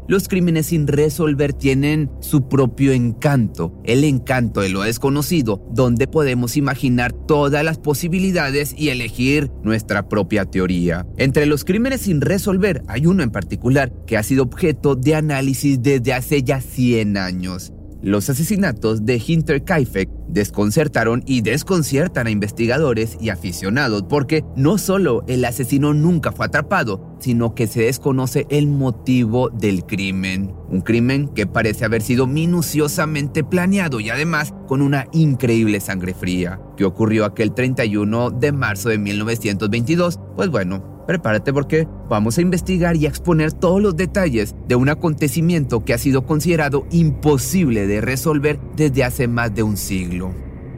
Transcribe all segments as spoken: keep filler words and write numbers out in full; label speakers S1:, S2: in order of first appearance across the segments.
S1: los crímenes sin resolver tienen su propio encanto, el encanto de lo desconocido, donde podemos imaginar todas las posibilidades y elegir nuestra propia teoría. Entre los crímenes sin resolver hay uno en particular que ha sido objeto de análisis desde hace ya cien años. Los asesinatos de Hinterkaifeck desconcertaron y desconciertan a investigadores y aficionados porque no solo el asesino nunca fue atrapado, sino que se desconoce el motivo del crimen. Un crimen que parece haber sido minuciosamente planeado y además con una increíble sangre fría. ¿Qué ocurrió aquel treinta y uno de marzo de mil novecientos veintidós? Pues bueno, prepárate porque vamos a investigar y a exponer todos los detalles de un acontecimiento que ha sido considerado imposible de resolver desde hace más de un siglo.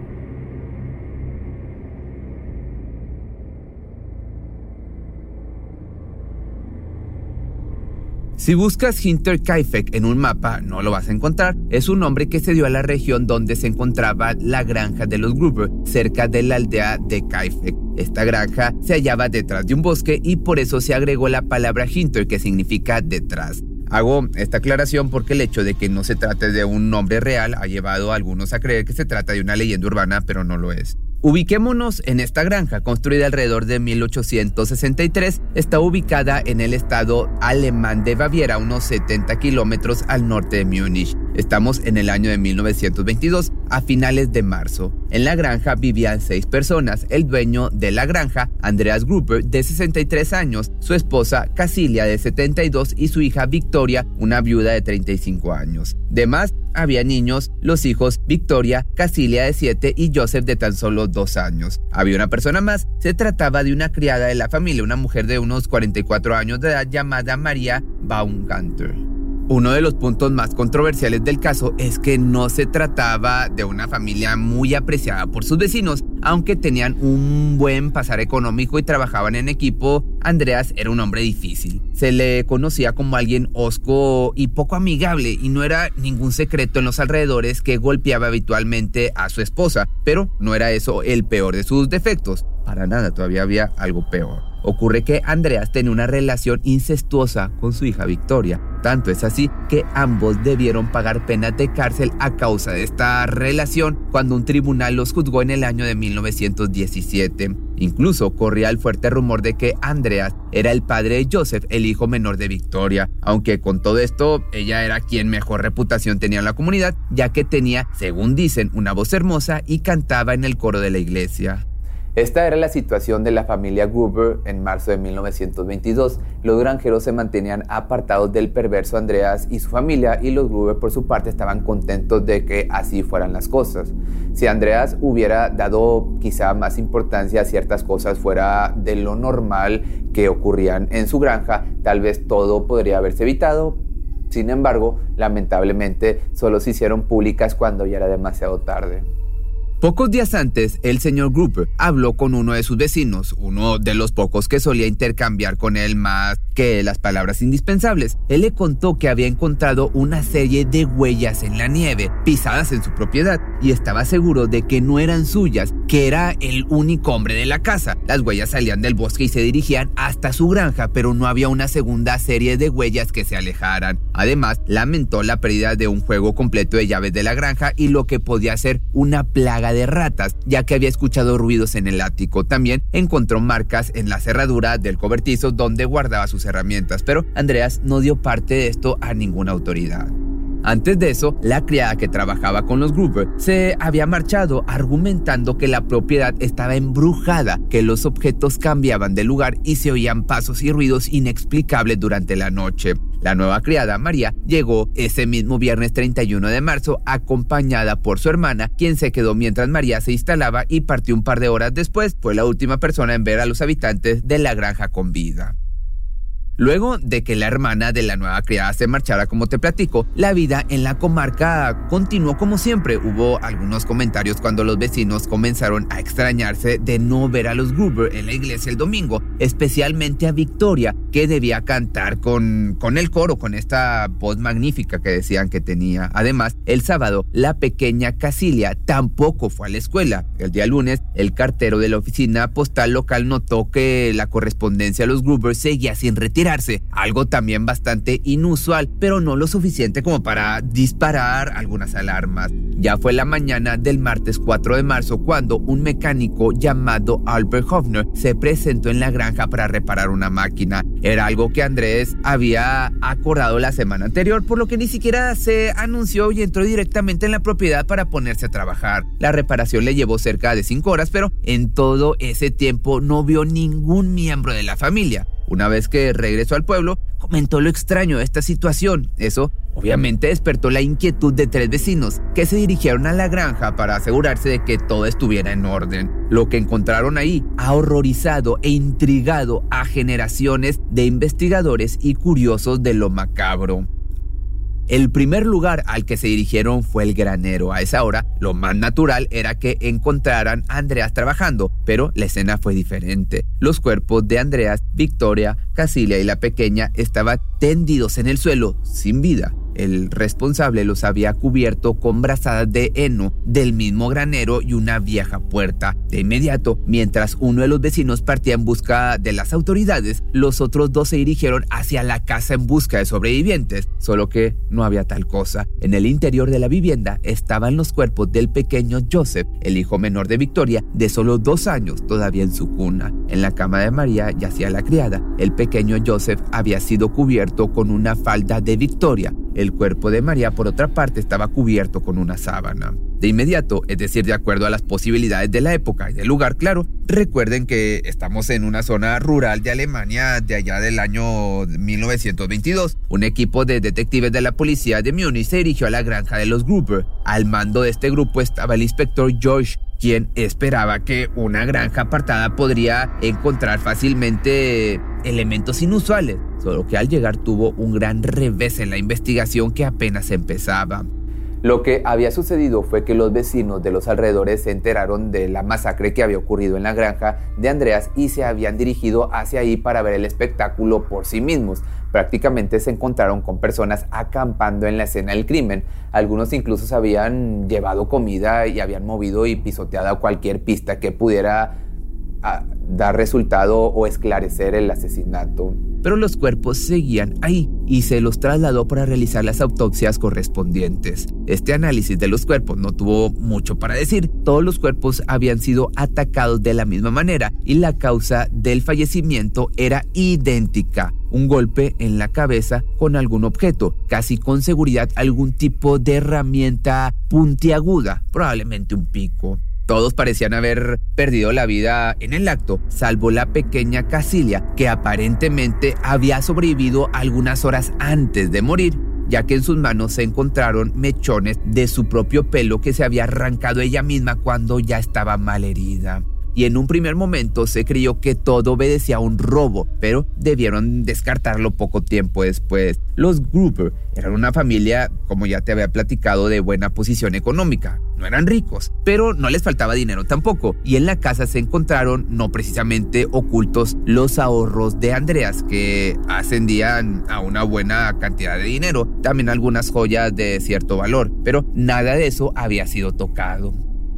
S1: Si buscas Hinterkaifeck en un mapa, no lo vas a encontrar. Es un nombre que se dio a la región donde se encontraba la granja de los Gruber, cerca de la aldea de Kaifeck. Esta granja se hallaba detrás de un bosque y por eso se agregó la palabra Hinter, que significa detrás. Hago esta aclaración porque el hecho de que no se trate de un nombre real ha llevado a algunos a creer que se trata de una leyenda urbana, pero no lo es. Ubiquémonos en esta granja, construida alrededor de mil ochocientos sesenta y tres, está ubicada en el estado alemán de Baviera, unos setenta kilómetros al norte de Múnich. Estamos en el año de mil novecientos veintidós, a finales de marzo. En la granja vivían seis personas, el dueño de la granja, Andreas Gruber, de sesenta y tres años, su esposa, Casilia, de setenta y dos, y su hija, Victoria, una viuda de treinta y cinco años. Además, había niños, los hijos Victoria, Casilia de siete y Joseph de tan solo dos años. Había una persona más, se trataba de una criada de la familia, una mujer de unos cuarenta y cuatro años de edad llamada María Baumgartner. Uno de los puntos más controversiales del caso es que no se trataba de una familia muy apreciada por sus vecinos. Aunque tenían un buen pasar económico y trabajaban en equipo, Andreas era un hombre difícil. Se le conocía como alguien hosco y poco amigable, y no era ningún secreto en los alrededores que golpeaba habitualmente a su esposa, pero no era eso el peor de sus defectos. Para nada, todavía había algo peor. Ocurre que Andreas tenía una relación incestuosa con su hija Victoria. Tanto es así que ambos debieron pagar penas de cárcel a causa de esta relación cuando un tribunal los juzgó en el año de mil novecientos diecisiete. Incluso corría el fuerte rumor de que Andreas era el padre de Joseph, el hijo menor de Victoria, aunque con todo esto ella era quien mejor reputación tenía en la comunidad, ya que tenía, según dicen, una voz hermosa y cantaba en el coro de la iglesia. Esta era la situación de la familia Gruber en marzo de mil novecientos veintidós. Los granjeros se mantenían apartados del perverso Andreas y su familia, y los Gruber por su parte estaban contentos de que así fueran las cosas. Si Andreas hubiera dado quizá más importancia a ciertas cosas fuera de lo normal que ocurrían en su granja, tal vez todo podría haberse evitado. Sin embargo, lamentablemente solo se hicieron públicas cuando ya era demasiado tarde. Pocos días antes, el señor Gruber habló con uno de sus vecinos, uno de los pocos que solía intercambiar con él más que las palabras indispensables. Él le contó que había encontrado una serie de huellas en la nieve, pisadas en su propiedad, y estaba seguro de que no eran suyas, que era el único hombre de la casa. Las huellas salían del bosque y se dirigían hasta su granja, pero no había una segunda serie de huellas que se alejaran. Además, lamentó la pérdida de un juego completo de llaves de la granja y lo que podía ser una plaga de ratas, ya que había escuchado ruidos en el ático. También encontró marcas en la cerradura del cobertizo donde guardaba sus herramientas, pero Andreas no dio parte de esto a ninguna autoridad. Antes de eso, la criada que trabajaba con los Gruber se había marchado argumentando que la propiedad estaba embrujada, que los objetos cambiaban de lugar y se oían pasos y ruidos inexplicables durante la noche. La nueva criada, María, llegó ese mismo viernes treinta y uno de marzo acompañada por su hermana, quien se quedó mientras María se instalaba y partió un par de horas después. Fue la última persona en ver a los habitantes de la granja con vida. Luego de que la hermana de la nueva criada se marchara, como te platico, la vida en la comarca continuó como siempre. Hubo algunos comentarios cuando los vecinos comenzaron a extrañarse de no ver a los Gruber en la iglesia el domingo, especialmente a Victoria, que debía cantar con, con el coro, con esta voz magnífica que decían que tenía. Además, el sábado, la pequeña Casilia tampoco fue a la escuela. El día lunes, el cartero de la oficina postal local notó que la correspondencia a los Gruber seguía sin retirar. retirarse, algo también bastante inusual, pero no lo suficiente como para disparar algunas alarmas. Ya fue la mañana del martes cuatro de marzo cuando un mecánico llamado Albert Hofner se presentó en la granja para reparar una máquina. Era algo que Andrés había acordado la semana anterior, por lo que ni siquiera se anunció y entró directamente en la propiedad para ponerse a trabajar. La reparación le llevó cerca de cinco horas, pero en todo ese tiempo no vio ningún miembro de la familia. Una vez que regresó al pueblo, comentó lo extraño de esta situación. Eso obviamente despertó la inquietud de tres vecinos que se dirigieron a la granja para asegurarse de que todo estuviera en orden. Lo que encontraron ahí ha horrorizado e intrigado a generaciones de investigadores y curiosos de lo macabro. El primer lugar al que se dirigieron fue el granero. A esa hora, lo más natural era que encontraran a Andreas trabajando, pero la escena fue diferente. Los cuerpos de Andreas, Victoria, Casilia y la pequeña estaban tendidos en el suelo, sin vida. El responsable los había cubierto con brazadas de heno del mismo granero y una vieja puerta. De inmediato, mientras uno de los vecinos partía en busca de las autoridades, los otros dos se dirigieron hacia la casa en busca de sobrevivientes, solo que no había tal cosa. En el interior de la vivienda estaban los cuerpos del pequeño Joseph, el hijo menor de Victoria, de solo dos años, todavía en su cuna. En la cama de María yacía la criada. El pequeño Joseph había sido cubierto con una falda de Victoria. El cuerpo de María, por otra parte, estaba cubierto con una sábana. De inmediato, es decir, de acuerdo a las posibilidades de la época y del lugar, claro, recuerden que estamos en una zona rural de Alemania de allá del año mil novecientos veintidós. Un equipo de detectives de la policía de Múnich se dirigió a la granja de los Gruber. Al mando de este grupo estaba el inspector George, quien esperaba que una granja apartada podría encontrar fácilmente elementos inusuales, solo que al llegar tuvo un gran revés en la investigación que apenas empezaba. Lo que había sucedido fue que los vecinos de los alrededores se enteraron de la masacre que había ocurrido en la granja de Andreas y se habían dirigido hacia ahí para ver el espectáculo por sí mismos. Prácticamente se encontraron con personas acampando en la escena del crimen. Algunos incluso se habían llevado comida y habían movido y pisoteado cualquier pista que pudiera a dar resultado o esclarecer el asesinato. Pero los cuerpos seguían ahí y se los trasladó para realizar las autopsias correspondientes. Este análisis de los cuerpos no tuvo mucho para decir. Todos los cuerpos habían sido atacados de la misma manera y la causa del fallecimiento era idéntica. Un golpe en la cabeza con algún objeto, casi con seguridad algún tipo de herramienta puntiaguda, probablemente un pico. Todos parecían haber perdido la vida en el acto, salvo la pequeña Casilia, que aparentemente había sobrevivido algunas horas antes de morir, ya que en sus manos se encontraron mechones de su propio pelo que se había arrancado ella misma cuando ya estaba malherida. Y en un primer momento se creyó que todo obedecía a un robo, pero debieron descartarlo poco tiempo después. Los Gruber eran una familia, como ya te había platicado, de buena posición económica. No eran ricos, pero no les faltaba dinero tampoco. Y en la casa se encontraron, no precisamente ocultos, los ahorros de Andreas, que ascendían a una buena cantidad de dinero. También algunas joyas de cierto valor, pero nada de eso había sido tocado.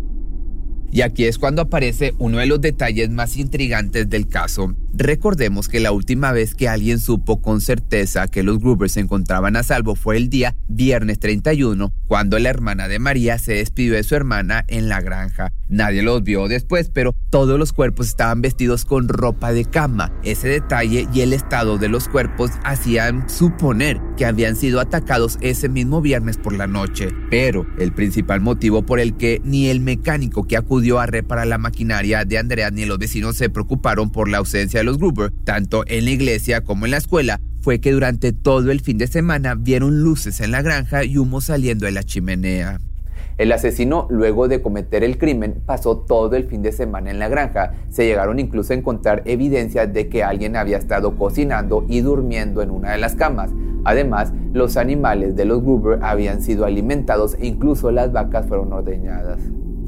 S1: Y aquí es cuando aparece uno de los detalles más intrigantes del caso. Recordemos que la última vez que alguien supo con certeza que los Gruber se encontraban a salvo fue el día viernes treinta y uno, cuando la hermana de María se despidió de su hermana en la granja. Nadie los vio después, pero todos los cuerpos estaban vestidos con ropa de cama. Ese detalle y el estado de los cuerpos hacían suponer que habían sido atacados ese mismo viernes por la noche. Pero el principal motivo por el que ni el mecánico que acudió a reparar la maquinaria de Andreas ni los vecinos se preocuparon por la ausencia de los Gruber, tanto en la iglesia como en la escuela, fue que durante todo el fin de semana vieron luces en la granja y humo saliendo de la chimenea. El asesino, luego de cometer el crimen, pasó todo el fin de semana en la granja. Se llegaron incluso a encontrar evidencias de que alguien había estado cocinando y durmiendo en una de las camas. Además, los animales de los Gruber habían sido alimentados e incluso las vacas fueron ordeñadas.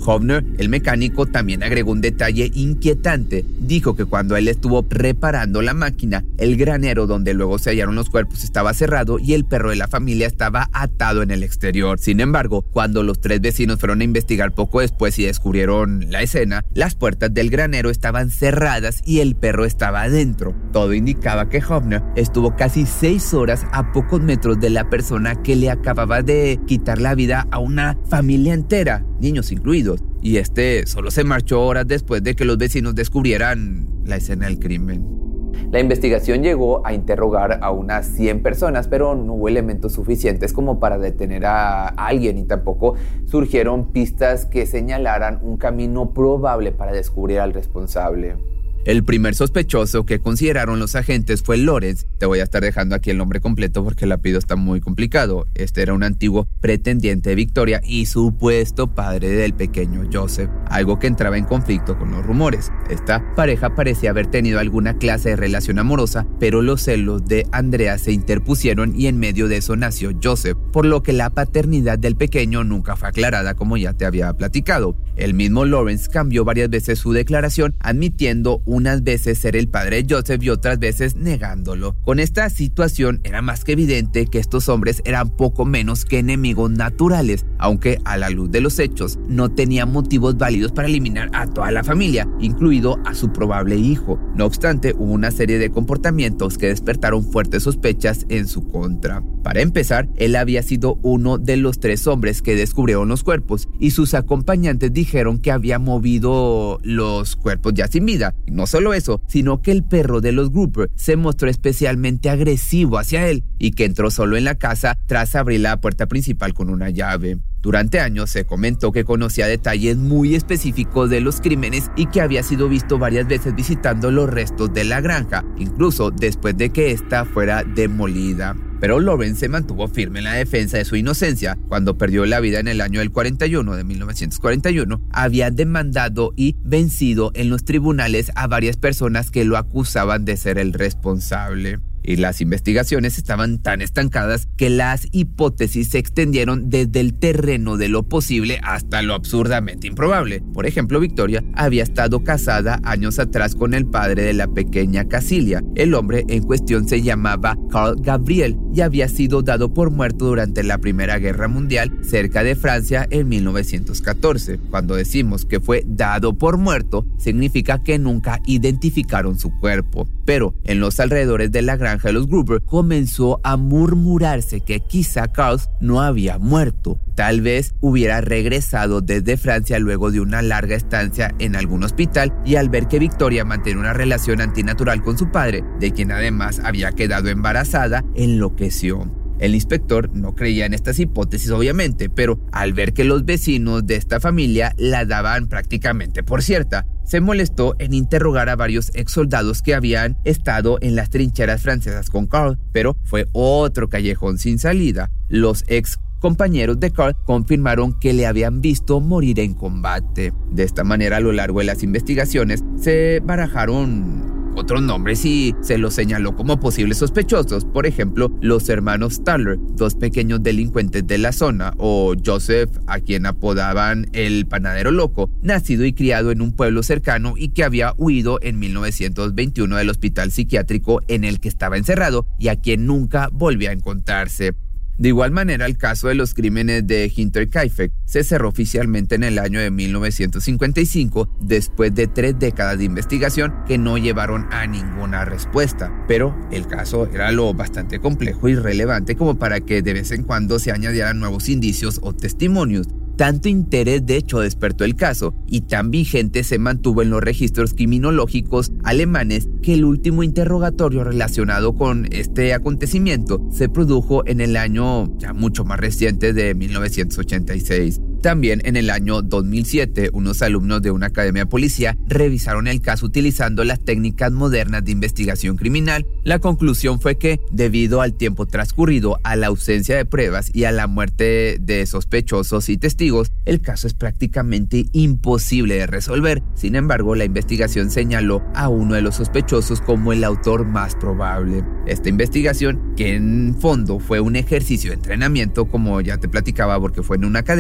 S1: Hovner, el mecánico, también agregó un detalle inquietante. Dijo que cuando él estuvo reparando la máquina, el granero donde luego se hallaron los cuerpos estaba cerrado y el perro de la familia estaba atado en el exterior. Sin embargo, cuando los tres vecinos fueron a investigar poco después y descubrieron la escena, las puertas del granero estaban cerradas y el perro estaba adentro. Todo indicaba que Hovner estuvo casi seis horas a pocos metros de la persona que le acababa de quitar la vida a una familia entera, niños incluidos. Y este solo se marchó horas después de que los vecinos descubrieran la escena del crimen. La investigación llegó a interrogar a unas cien personas, pero no hubo elementos suficientes como para detener a alguien y tampoco surgieron pistas que señalaran un camino probable para descubrir al responsable. El primer sospechoso que consideraron los agentes fue Lawrence. Te voy a estar dejando aquí el nombre completo porque el apellido está muy complicado. Este era un antiguo pretendiente de Victoria y supuesto padre del pequeño Joseph, algo que entraba en conflicto con los rumores. Esta pareja parecía haber tenido alguna clase de relación amorosa, pero los celos de Andrea se interpusieron y en medio de eso nació Joseph, por lo que la paternidad del pequeño nunca fue aclarada, como ya te había platicado. El mismo Lawrence cambió varias veces su declaración, admitiendo unas veces ser el padre de Joseph y otras veces negándolo. Con esta situación era más que evidente que estos hombres eran poco menos que enemigos naturales, aunque a la luz de los hechos no tenían motivos válidos para eliminar a toda la familia, incluido a su probable hijo. No obstante, hubo una serie de comportamientos que despertaron fuertes sospechas en su contra. Para empezar, él había sido uno de los tres hombres que descubrieron los cuerpos y sus acompañantes dijeron que había movido los cuerpos ya sin vida. No solo eso, sino que el perro de los Grouper se mostró especialmente agresivo hacia él y que entró solo en la casa tras abrir la puerta principal con una llave. Durante años se comentó que conocía detalles muy específicos de los crímenes y que había sido visto varias veces visitando los restos de la granja, incluso después de que ésta fuera demolida. Pero Lawrence se mantuvo firme en la defensa de su inocencia. Cuando perdió la vida en el año del cuarenta y uno, de mil novecientos cuarenta y uno, había demandado y vencido en los tribunales a varias personas que lo acusaban de ser el responsable. Y las investigaciones estaban tan estancadas que las hipótesis se extendieron desde el terreno de lo posible hasta lo absurdamente improbable. Por ejemplo, Victoria había estado casada años atrás con el padre de la pequeña Casilia. El hombre en cuestión se llamaba Carl Gabriel y había sido dado por muerto durante la Primera Guerra Mundial cerca de Francia en mil novecientos catorce. Cuando decimos que fue dado por muerto, significa que nunca identificaron su cuerpo. Pero en los alrededores de la granja de los Gruber comenzó a murmurarse que quizá Carl no había muerto. Tal vez hubiera regresado desde Francia luego de una larga estancia en algún hospital y al ver que Victoria mantenía una relación antinatural con su padre, de quien además había quedado embarazada, enloqueció. El inspector no creía en estas hipótesis obviamente, pero al ver que los vecinos de esta familia la daban prácticamente por cierta, se molestó en interrogar a varios ex soldados que habían estado en las trincheras francesas con Carl, pero fue otro callejón sin salida. Los ex compañeros de Carl confirmaron que le habían visto morir en combate. De esta manera, a lo largo de las investigaciones, se barajaron otros nombres y se los señaló como posibles sospechosos. Por ejemplo, los hermanos Thaler, dos pequeños delincuentes de la zona, o Joseph, a quien apodaban el panadero loco, nacido y criado en un pueblo cercano y que había huido en mil novecientos veintiuno del hospital psiquiátrico en el que estaba encerrado y a quien nunca volvió a encontrarse. De igual manera, el caso de los crímenes de Hinterkaifeck se cerró oficialmente en el año de mil novecientos cincuenta y cinco, después de tres décadas de investigación que no llevaron a ninguna respuesta. Pero el caso era lo bastante complejo y relevante como para que de vez en cuando se añadieran nuevos indicios o testimonios. Tanto interés de hecho despertó el caso y tan vigente se mantuvo en los registros criminológicos alemanes que el último interrogatorio relacionado con este acontecimiento se produjo en el año ya mucho más reciente de mil novecientos ochenta y seis. También en el año dos mil siete, unos alumnos de una academia de policía revisaron el caso utilizando las técnicas modernas de investigación criminal. La conclusión fue que, debido al tiempo transcurrido, a la ausencia de pruebas y a la muerte de sospechosos y testigos, el caso es prácticamente imposible de resolver. Sin embargo, la investigación señaló a uno de los sospechosos como el autor más probable. Esta investigación, que en fondo fue un ejercicio de entrenamiento, como ya te platicaba porque fue en una academia,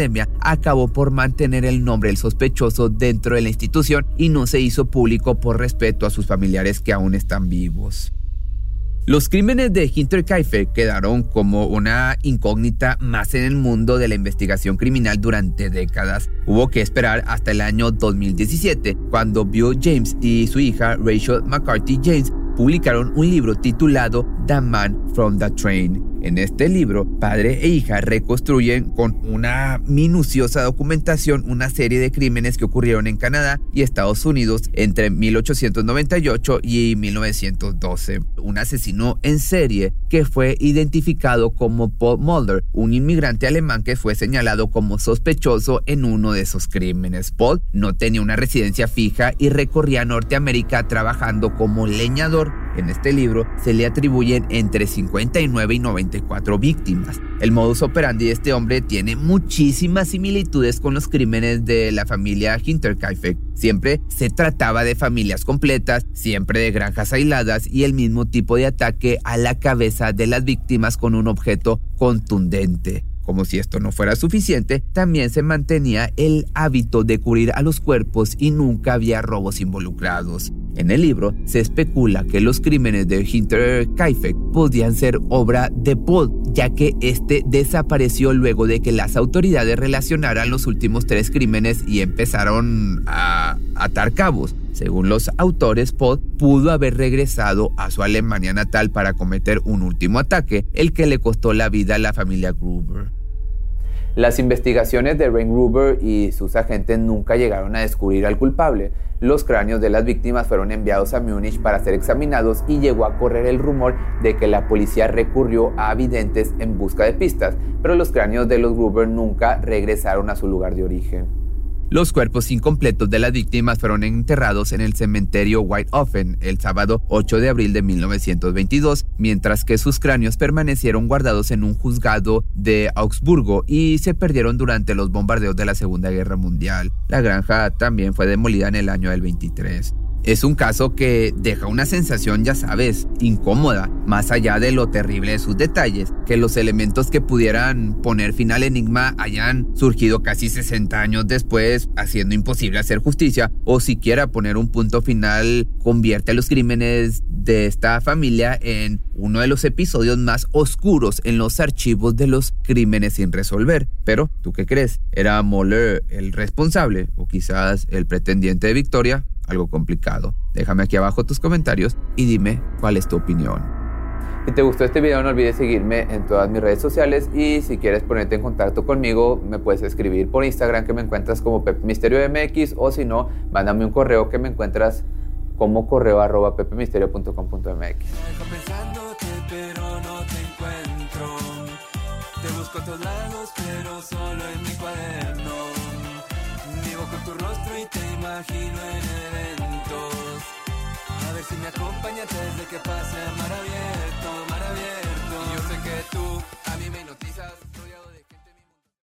S1: acabó por mantener el nombre del sospechoso dentro de la institución y no se hizo público por respeto a sus familiares que aún están vivos. Los crímenes de Hinter Kaifeck quedaron como una incógnita más en el mundo de la investigación criminal durante décadas. Hubo que esperar hasta el año dos mil diecisiete, cuando Bill James y su hija Rachel McCarthy James publicaron un libro titulado The Man from the Train. En este libro, padre e hija reconstruyen con una minuciosa documentación una serie de crímenes que ocurrieron en Canadá y Estados Unidos entre mil ochocientos noventa y ocho y mil novecientos doce. Un asesino en serie que fue identificado como Paul Mulder, un inmigrante alemán que fue señalado como sospechoso en uno de esos crímenes. Paul no tenía una residencia fija y recorría Norteamérica trabajando como leñador. En este libro se le atribuyen entre cincuenta y nueve y noventa y cuatro víctimas. El modus operandi de este hombre tiene muchísimas similitudes con los crímenes de la familia Hinter Kaifeck. Siempre se trataba de familias completas, siempre de granjas aisladas y el mismo tipo de ataque a la cabeza de las víctimas con un objeto contundente. Como si esto no fuera suficiente, también se mantenía el hábito de cubrir a los cuerpos y nunca había robos involucrados. En el libro se especula que los crímenes de Hinter Kaifeck podían ser obra de Paul, ya que este desapareció luego de que las autoridades relacionaran los últimos tres crímenes y empezaron a atar cabos. Según los autores, Paul pudo haber regresado a su Alemania natal para cometer un último ataque, el que le costó la vida a la familia Gruber. Las investigaciones de Rain Gruber y sus agentes nunca llegaron a descubrir al culpable. Los cráneos de las víctimas fueron enviados a Múnich para ser examinados y llegó a correr el rumor de que la policía recurrió a videntes en busca de pistas, pero los cráneos de los Gruber nunca regresaron a su lugar de origen. Los cuerpos incompletos de las víctimas fueron enterrados en el cementerio Whitehofen el sábado ocho de abril de mil novecientos veintidós, mientras que sus cráneos permanecieron guardados en un juzgado de Augsburgo y se perdieron durante los bombardeos de la Segunda Guerra Mundial. La granja también fue demolida en el año del veintitrés. Es un caso que deja una sensación, ya sabes, incómoda, más allá de lo terrible de sus detalles, que los elementos que pudieran poner fin al enigma hayan surgido casi sesenta años después, haciendo imposible hacer justicia, o siquiera poner un punto final convierte a los crímenes de esta familia en uno de los episodios más oscuros en los archivos de los crímenes sin resolver. Pero, ¿tú qué crees? ¿Era Mulder el responsable o quizás el pretendiente de Victoria? Algo complicado. Déjame aquí abajo tus comentarios y dime cuál es tu opinión. Si te gustó este video no olvides seguirme en todas mis redes sociales y si quieres ponerte en contacto conmigo me puedes escribir por Instagram que me encuentras como Pepe Misterio M X o si no, mándame un correo que me encuentras como correo arroba pepemisterio punto com punto m x. Pensándote, pero no te encuentro. Te busco a todos lados pero solo en mi cuaderno. Vivo con tu rostro y te imagino en eventos. A ver si me acompañas desde que pase mar abierto, mar abierto. Yo sé que tú a mí me hipnotizas.